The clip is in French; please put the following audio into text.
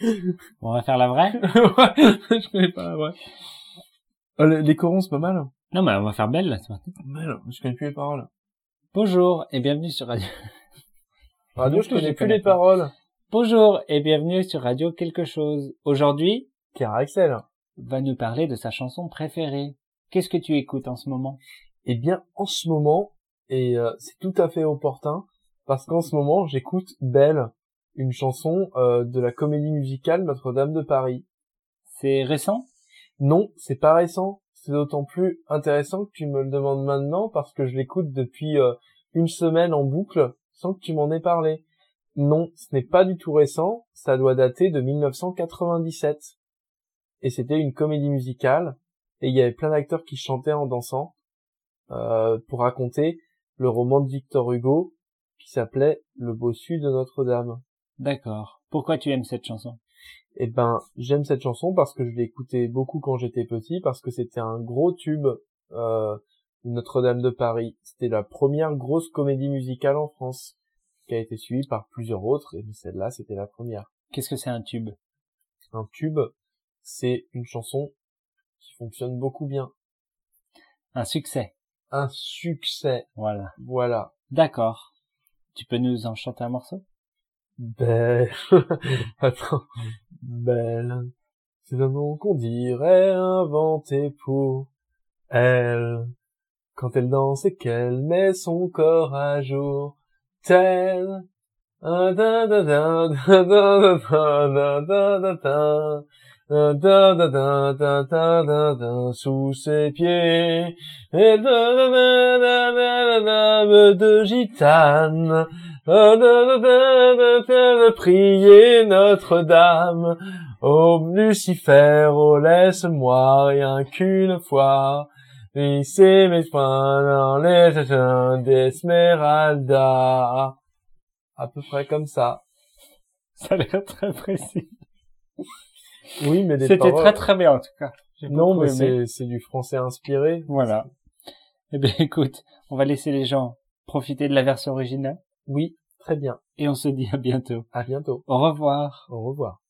Bon, on va faire la vraie? Ouais, je connais pas la vraie. Les corons, c'est pas mal. Non, mais on va faire belle, là, ce matin. Mal, je connais plus les paroles. Bonjour et bienvenue sur Radio... Radio, Non je plus, connais je plus connais les pas. paroles. Bonjour et bienvenue sur Radio Quelque chose. Aujourd'hui, Car Axel. va nous parler de sa chanson préférée. Qu'est-ce que tu écoutes en ce moment? Eh bien, en ce moment, et c'est tout à fait opportun, parce qu'en ce moment, j'écoute Belle, une chanson de la comédie musicale Notre-Dame de Paris. C'est récent? Non, c'est pas récent. C'est d'autant plus intéressant que tu me le demandes maintenant, parce que je l'écoute depuis une semaine en boucle, sans que tu m'en aies parlé. Non, ce n'est pas du tout récent, ça doit dater de 1997. Et c'était une comédie musicale, et il y avait plein d'acteurs qui chantaient en dansant, pour raconter le roman de Victor Hugo, qui s'appelait Le Bossu de Notre-Dame. D'accord. Pourquoi tu aimes cette chanson? Eh ben, j'aime cette chanson parce que je l'ai écoutée beaucoup quand j'étais petit, parce que c'était un gros tube, de Notre-Dame de Paris. C'était la première grosse comédie musicale en France, qui a été suivie par plusieurs autres, et celle-là, c'était la première. Qu'est-ce que c'est un tube? Un tube, c'est une chanson qui fonctionne beaucoup bien. Un succès. Un succès. Voilà. Voilà. D'accord. Tu peux nous en chanter un morceau? Belle. Attends. Belle. C'est un nom qu'on dirait inventé pour elle. Quand elle danse et qu'elle met son corps à jour. Tel. Da da da da da da da da da da. Da da da da da da da sous ses pieds et de gitane de prier Notre-Dame. Oh Lucifer, oh laisse-moi rien qu'une fois glisser mes poings dans les jardins d'Esmeralda. À peu près comme ça. Ça a l'air très précis. Oui, mais C'était paroles... très très bien en tout cas. Non, mais c'est du français inspiré. Voilà. Eh bien écoute, on va laisser les gens profiter de la version originale. Oui, très bien. Et on se dit à bientôt. À bientôt. Au revoir. Au revoir.